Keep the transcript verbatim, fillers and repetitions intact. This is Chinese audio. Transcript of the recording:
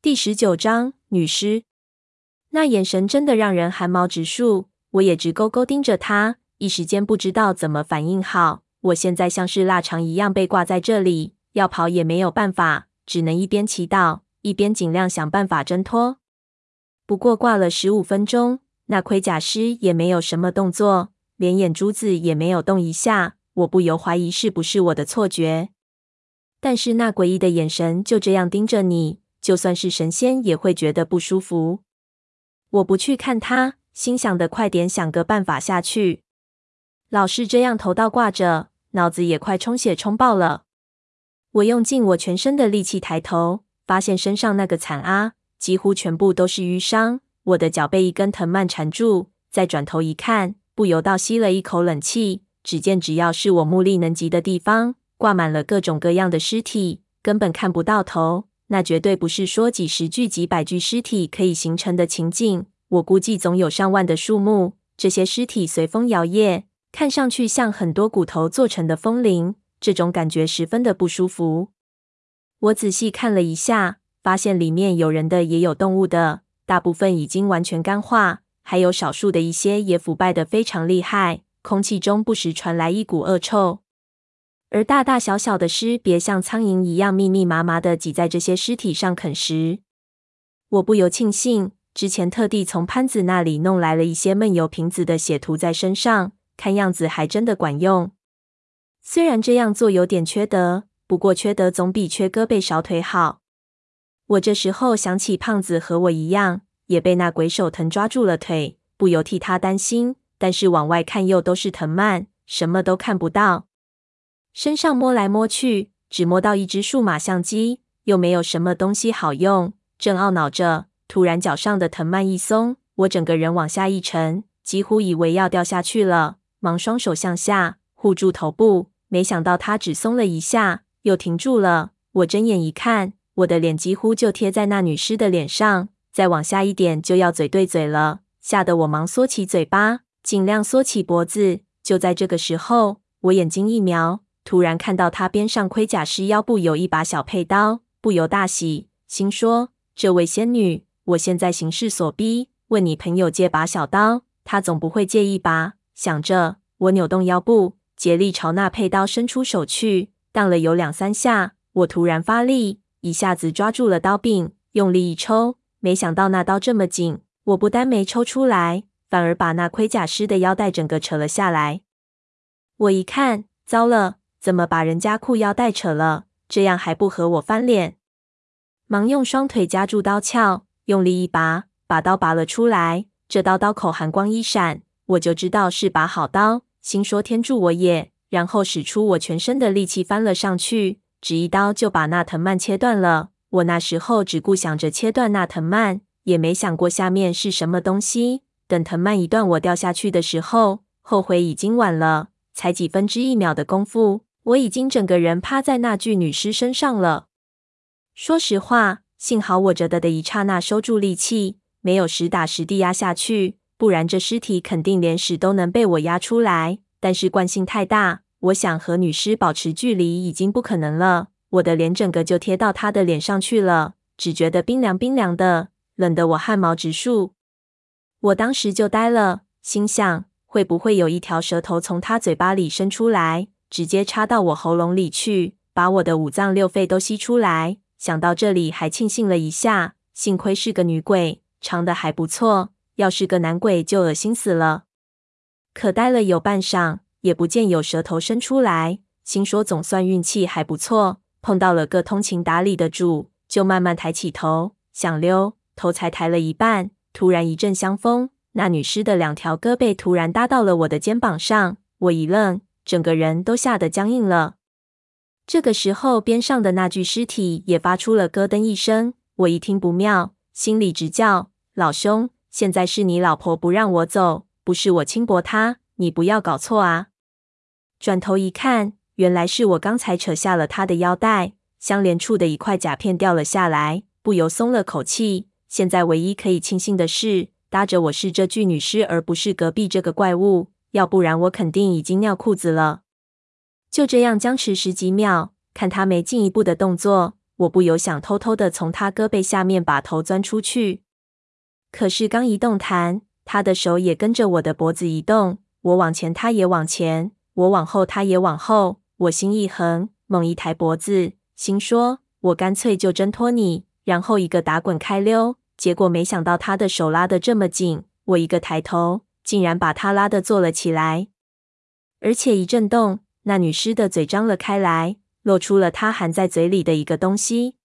第十九章女尸。那眼神真的让人寒毛直竖，我也直勾勾盯着他，一时间不知道怎么反应好。我现在像是腊肠一样被挂在这里，要跑也没有办法，只能一边祈祷，一边尽量想办法挣脱。不过挂了十五分钟，那盔甲师也没有什么动作，连眼珠子也没有动一下，我不由怀疑是不是我的错觉。但是那诡异的眼神就这样盯着你，就算是神仙也会觉得不舒服。我不去看他，心想的快点想个办法下去。老是这样头倒挂着，脑子也快充血充爆了。我用尽我全身的力气抬头，发现身上那个惨啊，几乎全部都是淤伤。我的脚被一根藤蔓缠住，再转头一看，不由倒吸了一口冷气。只见只要是我目力能及的地方，挂满了各种各样的尸体，根本看不到头。那绝对不是说几十具几百具尸体可以形成的情境，我估计总有上万的数目。这些尸体随风摇曳，看上去像很多骨头做成的风铃，这种感觉十分的不舒服。我仔细看了一下，发现里面有人的也有动物的，大部分已经完全干化，还有少数的一些也腐败得非常厉害，空气中不时传来一股恶臭。而大大小小的尸别像苍蝇一样密密麻麻地挤在这些尸体上啃食。我不由庆幸，之前特地从潘子那里弄来了一些闷油瓶子的血涂在身上，看样子还真的管用。虽然这样做有点缺德，不过缺德总比缺胳膊少腿好。我这时候想起胖子和我一样，也被那鬼手藤抓住了腿，不由替他担心，但是往外看又都是藤蔓，什么都看不到。身上摸来摸去，只摸到一只数码相机，又没有什么东西好用。正懊恼着，突然脚上的藤蔓一松，我整个人往下一沉，几乎以为要掉下去了，忙双手向下护住头部，没想到它只松了一下，又停住了。我睁眼一看，我的脸几乎就贴在那女尸的脸上，再往下一点就要嘴对嘴了，吓得我忙缩起嘴巴，尽量缩起脖子。就在这个时候，我眼睛一瞄，突然看到他边上盔甲师腰部有一把小佩刀，不由大喜，心说：这位仙女，我现在形势所逼，问你朋友借把小刀，他总不会借一把。想着，我扭动腰部，竭力朝那佩刀伸出手去，荡了有两三下，我突然发力，一下子抓住了刀柄，用力一抽，没想到那刀这么紧，我不单没抽出来，反而把那盔甲师的腰带整个扯了下来。我一看，糟了，怎么把人家裤腰带扯了？这样还不和我翻脸？忙用双腿夹住刀鞘，用力一拔，把刀拔了出来。这刀刀口寒光一闪，我就知道是把好刀，心说天助我也，然后使出我全身的力气翻了上去，只一刀就把那藤蔓切断了。我那时候只顾想着切断那藤蔓，也没想过下面是什么东西。等藤蔓一断我掉下去的时候，后悔已经晚了，才几分之一秒的功夫，我已经整个人趴在那具女尸身上了。说实话，幸好我这的的一刹那收住力气，没有实打实地压下去，不然这尸体肯定连屎都能被我压出来。但是惯性太大，我想和女尸保持距离已经不可能了，我的脸整个就贴到她的脸上去了，只觉得冰凉冰凉的，冷得我汗毛直竖。我当时就呆了，心想会不会有一条舌头从她嘴巴里伸出来，直接插到我喉咙里去，把我的五脏六肺都吸出来。想到这里还庆幸了一下，幸亏是个女鬼，长得还不错，要是个男鬼就恶心死了。可呆了有半晌，也不见有舌头伸出来，心说总算运气还不错，碰到了个通情达理的主，就慢慢抬起头，想溜，头才抬了一半，突然一阵香风，那女尸的两条胳膊突然搭到了我的肩膀上，我一愣，整个人都吓得僵硬了。这个时候，边上的那具尸体也发出了咯噔一声，我一听不妙，心里直叫：老兄，现在是你老婆不让我走，不是我轻薄她，你不要搞错啊！转头一看，原来是我刚才扯下了她的腰带，相连处的一块甲片掉了下来，不由松了口气。现在唯一可以庆幸的是，搭着我是这具女尸，而不是隔壁这个怪物，要不然我肯定已经尿裤子了。就这样僵持十几秒，看他没进一步的动作， 我不由想偷偷的从他胳膊下面把头钻出去。可是刚一动弹，他的手也跟着我的脖子移动，我往前他也往前，我往后他也往后。我心一横，猛一抬脖子，心说我干脆就挣脱你，然后一个打滚开溜。结果没想到他的手拉得这么紧，我一个抬头，竟然把他拉得坐了起来。而且一震动，那女尸的嘴张了开来，露出了她含在嘴里的一个东西。